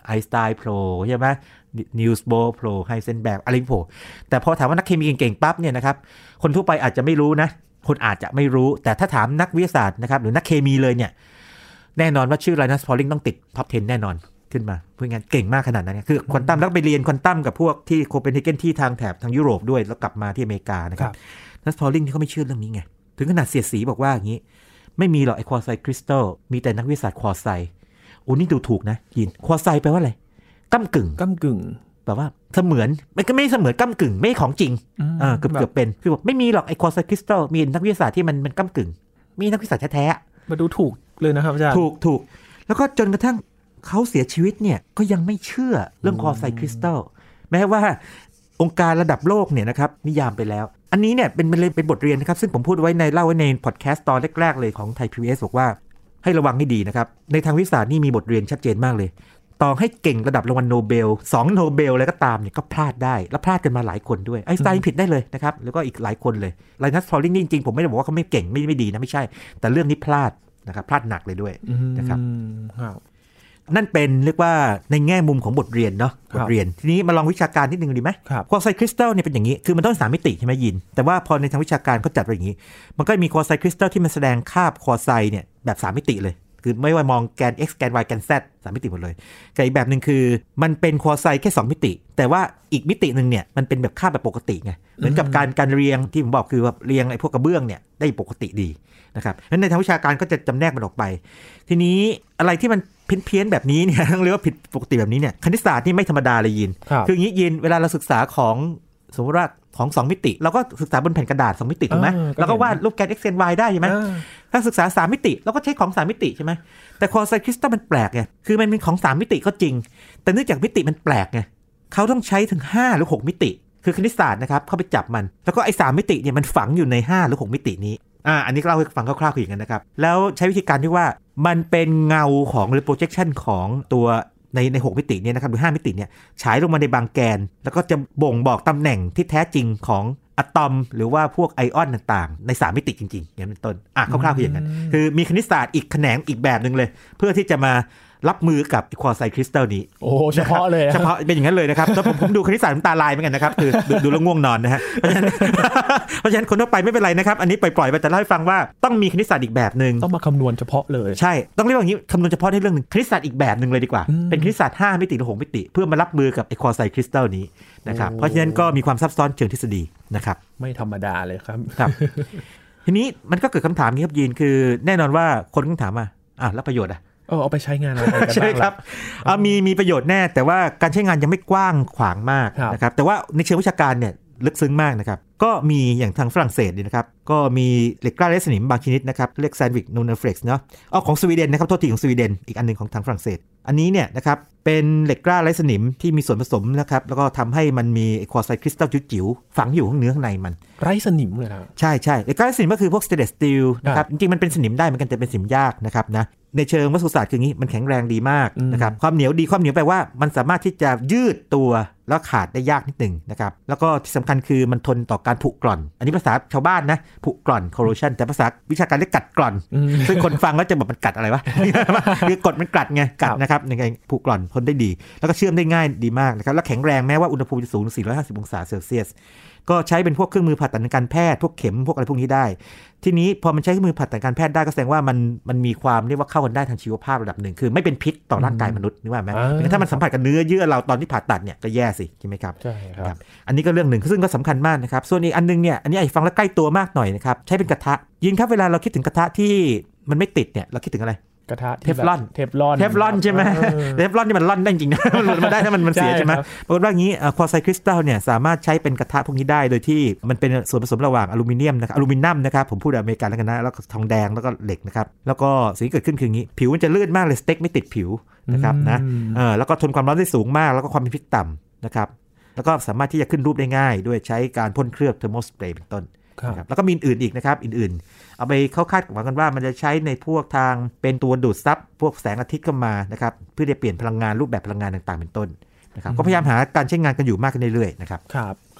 [SPEAKER 2] ไอน์สไตน์โผล่ใช่ไหมนิวส์โบว์โผล่ไฮเซนเบิร์กอะไรโผล่แต่พอถามว่านักเคมีเก่งๆปั๊บเนี่ยนะครับคนทั่วไปอาจจะไม่รู้นะคนอาจจะไม่รู้แต่ถ้าถามนักวิทยาศาสตร์นะครับหรือนักเคมีเลยเนี่ยแน่นอนว่าชื่อไลนัสพอลลิงต้องติดท็อปสิบแน่นอนขึ้นมาพูดง่ายเก่งมากขนาดนั้นคือควอนตัมแล้วไปเรียนควอนตัมกับพวกที่โคเปนเฮเกนที่ทางแถบทางยุโรปด้วยแล้วกลับมาที่อเมริกานะครับไลนัสพอลลิงที่เขาไม่เชื่อเรื่องนี้ไงถึงขนาดเสียดสีบอกว่าอย่างนี้ไม่มีหรอกไอ้ควอไซคริสตัลมีแต่นักวิทยาศาสตร์ควอไซโอ้นี่ดูถูกนะยินควอไซแปลว่าอะไรก้ำกึ่ง
[SPEAKER 1] ก้ำกึ่ง
[SPEAKER 2] แบบว่าเสมือนมันก็ไม่เสมือนก้ำกึ่งไม่ของจริงอ่าเกือบเกือบเป็นคือบอกไม่มีหรอกไอ้ควอไซคริสตัลมีนักวิทยาศาสตร์ที่มันมันก้ำกึ่งมีนักวิทยาศาสตร์แท้
[SPEAKER 1] ๆมาดูถูกเลยนะครับอาจารย์
[SPEAKER 2] ถูกถูกแล้วก็จนกระทั่งเขาเสียชีวิตเนี่ยก็ยังไม่เชื่อเรื่องควอไซคริสตัลแม้ว่าองค์การระดับโลกเนี่ยนะครับนิยามไปแล้วอันนี้เนี่ยเป็นเป็นบทเรียนนะครับซึ่งผมพูดไว้ในเล่าไว้ในพอดแคสต์ตอนแรกๆเลยของไทย พี บี เอส บอกว่าให้ระวังให้ดีนะครับในทางวิทยาศาสตร์นี่มีบทเรียนชัดเจนมากเลยต่อให้เก่งระดับรางวัลโนเบลสองโนเบลอะไรก็ตามเนี่ยก็พลาดได้และพลาดกันมาหลายคนด้วยไอน์สไตน์ผิดได้เลยนะครับแล้วก็อีกหลายคนเลยไลนัสพอลลิงนี่จริงๆผมไม่ได้บอกว่าเขาไม่เก่งไม่ไม่ดีนะไม่ใช่แต่เรื่องนี้พลาดนะครับพลาดหนักเลยด้วยนะครับนั่นเป็นเรียกว่าในแง่มุมของบทเรียนเนาะบทเรียนทีนี้มาลองวิชาการนิดนึงดีไหมควอไซคริสตัลเนี่ยเป็นอย่างนี้คือมันต้องสามมิติใช่ไหมยินแต่ว่าพอในทางวิชาการเขาจัดไว้อย่างนี้มันก็มีควอไซคริสตัลที่มันแสดงคาบควอไซเนี่ยแบบสามมิติเลยคือไม่ว่ามองแกน x แกน y แกน z สามมิติหมดเลยแต่อีกแบบนึงคือมันเป็นควอไซแค่สองมิติแต่ว่าอีกมิตินึงเนี่ยมันเป็นแบบคาบแบบปกติไงเหมือนกับการการเรียงที่ผมบอกคือแบบเรียงไอ้พวกกระเบื้องเนี่ยได้ปกติดีนะครับงั้นในทางวิชาการก็จะจำแนกมันออกไปทีนี้อะไรที่มันเพี้ยนๆแบบนี้เนี่ยต้องเรียกว่าผิดปกติแบบนี้เนี่ยคณิตศาสตร์นี่ไม่ธรรมดาเลยยินคืออย่างนี้ยินเวลาเราศึกษาของสมมติว่าของสองมิติเราก็ศึกษาบนแผ่นกระดาษสองมิติถูกไหมแล้วก็วาดรูปแกน x แกน y ได้ใช่ไหมถ้าศึกษาสามมิติเราก็ใช้ของสามมิติใช่ไหมแต่ควอไซคริสตัลมันแปลกไงคือมันเป็นของสามมิติก็จริงแต่เนื่องจากมิติมันแปลกไงเขาต้องใช้ถึงห้าหรือหกมิติคือคณิตศาสตร์นะครับเข้าไปจับมันแล้วก็ไอ้สามมิติเนี่ยมันฝังอยู่ในห้าหรือหกมิตินี้อ่าอันนี้ก็เล่าให้ฟังคร่าวๆคืออย่างนั้นนะครับแล้วใช้วิธีการที่ว่ามันเป็นเงาของหรือ projection ของตัวในในหกมิติเนี่ยนะครับหรือห้ามิติเนี่ยฉายลงมาในบางแกนแล้วก็จะบ่งบอกตำแหน่งที่แท้จริงของอะตอมหรือว่าพวกไอออนต่างๆในสามมิติจริงๆอย่างเป็นต้นอ่ะคร่าวๆคืออย่างนั้นคือมีคณิตศาสตร์อีกแขนงอีกแบบนึงเลยเพื่อที่จะมารับมือกับควอไซคริสตัลนี้
[SPEAKER 1] โอ้เฉพาะเลย
[SPEAKER 2] เฉพาะเป็นอย่างนั้นเลยนะครับแล้วผมผมดูคณิตศาสตร์น้ำตาลายเหมือนกันนะครับคือดูแล้วง่วงนอนนะฮะเพราะฉะนั้นเพราะฉะนั้นคนทั่วไปไม่เป็นไรนะครับอันนี้ปล่อยๆไปแต่เล่าให้ฟังว่าต้องมีคณิตศาสตร์อีกแบบนึง
[SPEAKER 1] ต้องมาคำนวณเฉพาะเลย
[SPEAKER 2] ใช่ต้องเรียกว่าอย่างนี้คำนวณเฉพาะในเรื่องนึงคณิตศาสตร์อีกแบบนึงเลยดีกว่าเป็นคณิตศาสตร์ห้ามิติหรือหกมิติเพื่อมารับมือกับไอ้ควอไซคริสตัลนี้นะครับเพราะฉะนั้นก็มีความซับซ้อนเชิงทฤษฎีนะครับ
[SPEAKER 1] ไม่ธรรมดาเลยครับ
[SPEAKER 2] ครับทีนี้มันก็เกิดคำถามนี้ครับยีนคือแน่นอนว่าคนก็ถามว่าอ่ะแล้วประโยชน์อ่ะ
[SPEAKER 1] เออเอาไปใช้งานอะไรกันบ้าง
[SPEAKER 2] ใช่ครับเอามีมีประโยชน์แน่แต่ว่าการใช้งานยังไม่กว้างขวางมากนะครับแต่ว่าในเชิงวิชาการเนี่ยลึกซึ้งมากนะครับก็มีอย่างทางฝรั่งเศสนี่นะครับก็มีเหล็กกล้าและสนิมบางชนิดนะครับเรียกแซนด์วิชนูนเฟล็กซ์เนาะเอาของสวีเดนนะครับโทษทีของสวีเดนอีกอันนึงของทางฝรั่งเศสอันนี้เนี่ยนะครับเป็นเหล็กกล้าไร้สนิมที่มีส่วนผสมนะครับแล้วก็ทำให้มันมีควอไซคริสตัลจิ๋วๆฝังอยู่ข้างเนื้อข้างในมัน
[SPEAKER 1] ไร้สนิมเลยครับ
[SPEAKER 2] ใช่ใช่เหล็กกล้าไร้สนิมก็คือพวกสเตนเลสสตีลนะครับจริงๆมันเป็นสนิมได้เหมือนกันแต่เป็นสนิมยากนะครับนะในเชิงวัสดุศาสตร์คืองี้มันแข็งแรงดีมากนะครับความเหนียวดีความเหนียวแปลว่ามันสามารถที่จะยืดตัวแล้วขาดได้ยากนิดหนึ่งนะครับแล้วก็ที่สำคัญคือมันทนต่อการผุกร่อนอันนี้ภาษาชาวบ้านนะผุกร่อน corrosion แต่ภาษาวิชาการเรียกกัดกร่อนซึ่งคนฟังก็จะแบบมันกัดอะไรวะ คือกดมันกัดไงกัดนะครับยังไงผุกร่อนทนได้ดีแล้วก็เชื่อมได้ง่ายดีมากนะครับแล้วแข็งแรงแม้ว่าอุณหภูมิจะสูงถึงสี่ร้อยห้าสิบองศาเซลเซียสก็ใช้เป็นพวกเครื่องมือผ่าตัดทางการแพทย์พวกเข็มพวกอะไรพวกนี้ได้ทีนี้พอมันใช้เครื่องมือผ่าตัดการแพทย์ได้ก็แสดงว่ามันมันมีความเรียกว่าเข้ากันได้ทางชีวภาพระดับหนึ่งคือไม่เป็นพิษต่อร่างกายมนุษย์นึกว่าไหมถ้ามันสัมผัสกับเนื้อเยื่อเราตอนที่ผ่าตัดเนี่ยก็แย่สิใช่ไหมครับ
[SPEAKER 1] ใช่ครับ
[SPEAKER 2] อันนี้ก็เรื่องหนึ่งซึ่งก็สำคัญมากนะครับส่วนอีกอันนึงเนี่ยอันนี้ไอ้ฟังแล้วใกล้ตัวมากหน่อยนะครับใช้เป็นกระทะยินครับเวลาเราคิดถึงกระทะที่มันไม่ติดเนี่ยเราคิดถึงอะไร
[SPEAKER 1] กระทะ
[SPEAKER 2] เทฟลอน
[SPEAKER 1] เทฟลอน
[SPEAKER 2] เทฟลอนใช่ไหมเทฟลอนนี่มันล่อนได้จริงนะมันได้ถ้ามันมันเสียใช่ไหมปรากฏว่าอย่างนี้ควอไซคริสตัลเนี่ยสามารถใช้เป็นกระทะพวกนี้ได้โดยที่มันเป็นส่วนผสมระหว่างอลูมิเนียมนะครับอลูมิเนียมนะครับผมพูดแบบอเมริกันแล้วกันนะแล้วก็ทองแดงแล้วก็เหล็กนะครับแล้วก็สิ่งที่เกิดขึ้นคืออย่างนี้ผิวมันจะลื่นมากเลยสเต็กไม่ติดผิวนะครับนะเออแล้วก็ทนความร้อนได้สูงมากแล้วก็ความเป็นพิษต่ำนะครับแล้วก็สามารถที่จะขึ้นรูปได้ง่ายด้วยใช้การพ่นเคลือบเทอร์โมสเปรย์เป็นต้นนะครับแล้วก็มีอื่นอีกนะครับอื่นๆเอาไปเข้าคาดหวังกันว่ามันจะใช้ในพวกทางเป็นตัวดูดซับพวกแสงอาทิตย์เข้ามานะครับเพื่อจะเปลี่ยนพลังงานรูปแบบพลังงานต่างๆเป็นต้นนะครับก็พยายามหาการใช้งานกันอยู่มากขึ้นเรื่อยๆนะครับ
[SPEAKER 1] ครับ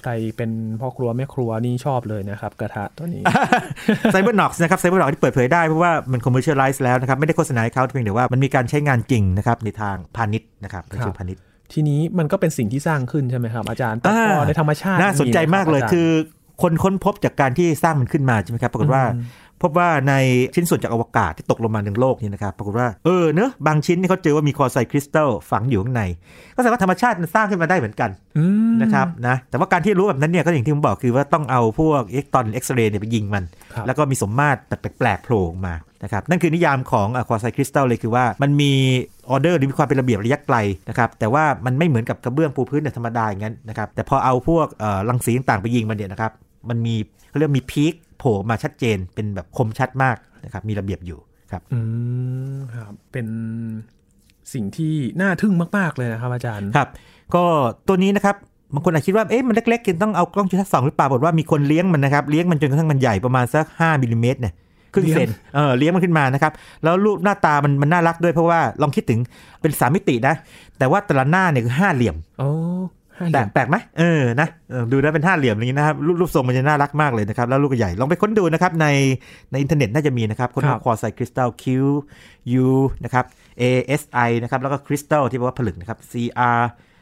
[SPEAKER 1] ใครเป็นพ่อครัวแม่ครัวนี่ชอบเลยนะครับกระทะตัวนี้
[SPEAKER 2] Cybernox นะครับ Cybernox ที่เปิดเผยได้เพราะว่ามัน commercialize แล้วนะครับไม่ได้โฆษณาให้เขาเพียงแต่ว่ามันมีการใช้งานจริงนะครับในทางพาณิชย์นะครับในเชิงพาณิชย์
[SPEAKER 1] ทีนี้มันก็เป็นสิ่งที่สร้างขึ้นใช่ไหมครับอาจารย์ตัดต่อในธรรมชาติ
[SPEAKER 2] น่าสนใจมากเลยคือคนค้นพบจากการที่สร้างมันขึ้นมาใช่ไหมครับปรากฏว่าพบว่าในชิ้นส่วนจากอวกาศที่ตกลงมาในโลกนี่นะครับปรากฏว่าเออเนอะบางชิ้นนี่เขาเจอว่ามีควอไซต์คริสตัลฝังอยู่ข้างในก็แสดงว่าธรรมชาติมันสร้างขึ้นมาได้เหมือนกันนะครับนะแต่ว่าการที่รู้แบบนั้นเนี่ยก็อย่างที่ผมบอกคือว่าต้องเอาพวกเอ็กตอนเอ็กซเรย์เนี่ยไปยิงมันแล้วก็มีสมมาตรแปลกๆโผล่ออกมานะครับนั่นคือนิยามของควอไซต์คริสตัลเลยคือว่ามันมีออเดอร์หรือมีความเป็นระเบียบระยะไกลนะครับแต่ว่ามันไม่เหมือนกับกระเบื้องปูพื้นธรรมดาอย่างนั้นนะครับแต่พอเอาพวกรังสีต่างๆไปยิงมันเนี่ยนะครับมันมีเขาเรียกมีพีคโผล่มาชัดเจนเป็นแบบคมชัดมากนะครับมีระเบียบอยู่ครับ
[SPEAKER 1] อืมครับเป็นสิ่งที่น่าทึ่งมากๆเลยนะครับอาจารย์
[SPEAKER 2] ครับก็ตัวนี้นะครับบางคนอาจคิดว่าเอ๊ะมันเล็กๆกินต้องเอากล้องจุลทรรศน์สองหรือเปล่าบอกว่ามีคนเลี้ยงมันนะครับเลี้ยงมันจนกระทั่งมันใหญ่ประมาณสักห้ามิลลิเมตรเนี่ยครึ่งเซนเออเลี้ยงมันขึ้นมานะครับแล้วรูปหน้าตามันมันน่ารักด้วยเพราะว่าลองคิดถึงเป็นสามมิตินะแต่ว่าแต่ละหน้าเนี่ยคือห้าเหลี่ยม
[SPEAKER 1] โอ้
[SPEAKER 2] แปลกแปลกไหมเออนะดูแล้วเป็นห้าเหลี่ยมอย่างนี้นะครับรูปทรงมันจะน่ารักมากเลยนะครับแล้วลูกใหญ่ลองไปค้นดูนะครับในในอินเทอร์เน็ตน่าจะมีนะครับค้นหาควอไซต์คริสตัล Q U นะครับ A S I นะครับแล้วก็คริสตัลที่แปลว่าผลึกนะครับ C R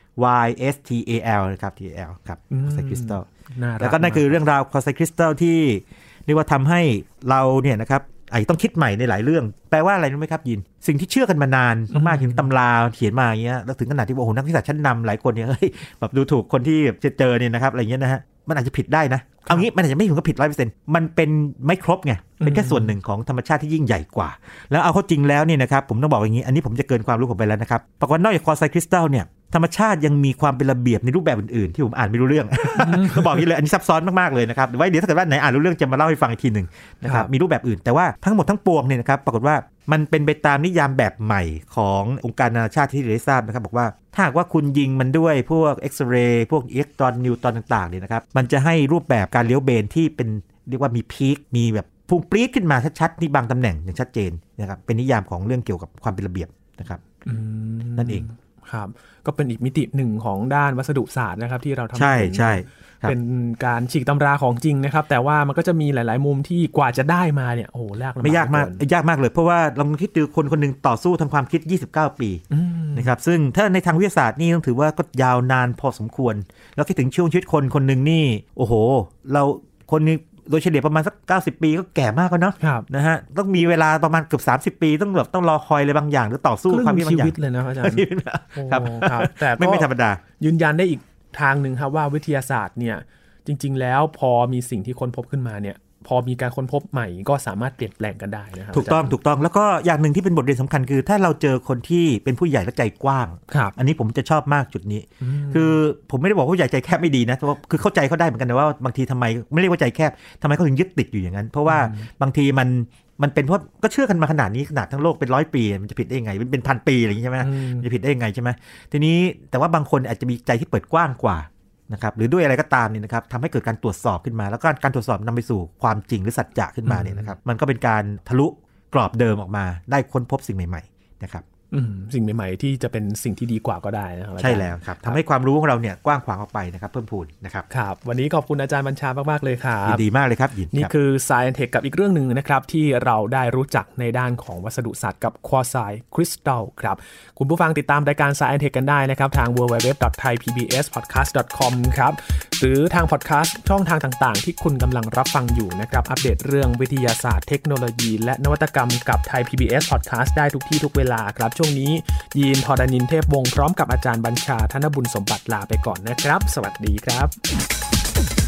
[SPEAKER 2] Y S T A L นะครับ T A L ครับควอไซต์คริสตัลแล้วก็นั่นคือเรื่องราวควอไซต์คริสตัลที่เรียกว่าทำให้เราเนี่ยนะครับไอ้ต้องคิดใหม่ในหลายเรื่องแปลว่าอะไรรู้ไหมครับยินสิ่งที่เชื่อกันมานานมากๆถึงตำราเขียนมาอย่างเงี้ยแล้วถึงขนาดที่ว่าโอ้โหนักวิทยาศาสตร์ชั้นนำหลายคนเนี่ยเฮ้ยแบบดูถูกคนที่จะเจอเนี่ยนะครับอะไรเงี้ยนะฮะมันอาจจะผิดได้นะเอางี้มันอาจจะไม่ถึงกับผิด ร้อยเปอร์เซ็นต์ มันเป็นไม่ครบไงเป็นแค่ส่วนหนึ่งของธรรมชาติที่ยิ่งใหญ่กว่าแล้วเอาเข้าจริงแล้วเนี่ยนะครับผมต้องบอกอย่างนี้อันนี้ผมจะเกินความรู้ผมไปแล้วนะครับปรากฏว่านอกจากควอไซต์คริสตัลเนี่ยธรรมชาติยังมีความเป็นระเบียบในรูปแบบอื่นๆที่ผมอ่านไม่รู้เรื่อง ก็บอกนี้เลยอันนี้ซับซ้อนมากๆเลยนะครับเดี๋ยวไว้เดี๋ยวถ้าเกิดว่าไหนอ่านรู้เรื่องจะมาเล่าให้ฟังอีกทีนึงนะครับมีรูปแบบอื่นแต่ว่าทั้งหมดทั้งปวงเนี่ยนะครับปรากฏว่ามันเป็นไปตามนิยามแบบใหม่ขององค์การนานาชาติที่ได้ทราบนะครับบอกว่าถ้าหากว่าคุณยิงมันด้วยพวกเอ็กซเรย์พวกอิเล็กตรอนนิวตรอนต่างๆเนี่ยนะครับมันจะให้รูปแบบการเลี้ยวเบนที่เป็นเรียกว่ามีพีคมีแบบพุ่งปรี๊ดขึ้นมาชัดๆที่บางตำแหน่งอย่างชัดเจนนะครับเป็นนิยามของเรื่องเกี่ยวกับความเป็นระเบียบนะครับนั่นเอง
[SPEAKER 1] ครับก็เป็นอีกมิติหนึ่งของด้านวัสดุศาสตร์นะครับที่เราทำ
[SPEAKER 2] ใช่ใช่
[SPEAKER 1] เป็นการฉีกตำราของจริงนะครับแต่ว่ามันก็จะมีหลายๆมุมที่กว่าจะได้มาเนี่ยโอ้โหยาก
[SPEAKER 2] ไม่ยากมากยากมากเลยเพราะว่าลองคิดดูคนคนนึงต่อสู้ทางความคิดยี่สิบเก้าปีนะครับซึ่งถ้าในทางวิทยาศาสตร์นี่ต้องถือว่าก็ยาวนานพอสมควรแล้วคิดถึงช่วงชีวิตคนคนนึงนี่โอ้โหเราคนนึงโดยเฉลี่ยประมาณสักเก้าสิบปีก็แก่มากแล้วเนาะนะฮะต้องมีเวลาประมาณเกือบสามสิบปีต้องแบบต้องรอคอยอะไรบางอย่างหรือต่อสู้ความคิดบางอย่าง
[SPEAKER 1] ชีวิตเลยนะอาจารย์
[SPEAKER 2] ครับแต่ไม่ไม่ธรรมดา
[SPEAKER 1] ยืนยันได้อีกทางนึงครับว่าวิทยาศาสตร์เนี่ยจริงๆแล้วพอมีสิ่งที่ค้นพบขึ้นมาเนี่ยพอมีการค้นพบใหม่ก็สามารถเปลี่ยนแปลงกันได้นะครับ
[SPEAKER 2] ถูกต้องถูกต้องแล้วก็อย่างหนึ่งที่เป็นบทเรียนสำคัญคือถ้าเราเจอคนที่เป็นผู้ใหญ่และใจกว้างอันนี้ผมจะชอบมากจุดนี้คือผมไม่ได้บอกว่าผู้ใหญ่ใจแคบไม่ดีนะเพราะคือเข้าใจเขาได้เหมือนกันนะว่าบางทีทำไมไม่เรียกว่าใจแคบทำไมเขาถึงยึดติดอยู่อย่างนั้นเพราะว่าบางทีมันมันเป็นเพราะก็เชื่อกันมาขนาดนี้ขนาดทั้งโลกเป็นร้อยปีมันจะผิดได้ยังไงมันเป็นพันปีอะไรอย่างนี้ใช่ไหมจะผิดได้ยังไงใช่ไหมทีนี้แต่ว่าบางคนอาจจะมีใจที่เปิดกว้างกว่านะครับหรือด้วยอะไรก็ตามเนี่ยนะครับทำให้เกิดการตรวจสอบขึ้นมาแล้วก็การตรวจสอบนำไปสู่ความจริงหรือสัจจะขึ้นมาเนี่ยนะครับมันก็เป็นการทะลุกรอบเดิมออกมาได้ค้นพบสิ่งใหม่ๆนะครับ
[SPEAKER 1] สิ่งใหม่ๆที่จะเป็นสิ่งที่ดีกว่าก็ได้นะครับ
[SPEAKER 2] ใช่แล้วครับทำให้ความรู้ของเราเนี่ยกว้างขวางออกไปนะครับเพิ่มพูนนะครับ
[SPEAKER 1] ครับวันนี้ขอบคุณอาจารย์บัญชามากๆเลยครับ
[SPEAKER 2] ดีมากเลยครับยิน
[SPEAKER 1] นี่คือ Science Tech กับอีกเรื่องหนึ่งนะครับที่เราได้รู้จักในด้านของวัสดุศาสตร์กับ Quartz Crystal ครับคุณผู้ฟังติดตามรายการ Science Tech กันได้นะครับทาง ดับเบิลยู ดับเบิลยู ดับเบิลยู ดอท ไทย พี บี เอส พอดแคสต์ ดอท คอม ครับหรือทางพอดแคสต์ช่องทางต่างๆที่คุณกำลังรับฟังอยู่นะครับอัปเดตเรื่องวิทยาศาสตร์เทคโนโลยีและนวัตกรรมกับ Thai พี บี เอส Podcast ได้ทุกที่ทุกเวลาครับช่วงนี้ยีนทรณินเทพวงศ์พร้อมกับอาจารย์บัญชาธนบุญสมบัติลาไปก่อนนะครับสวัสดีครับ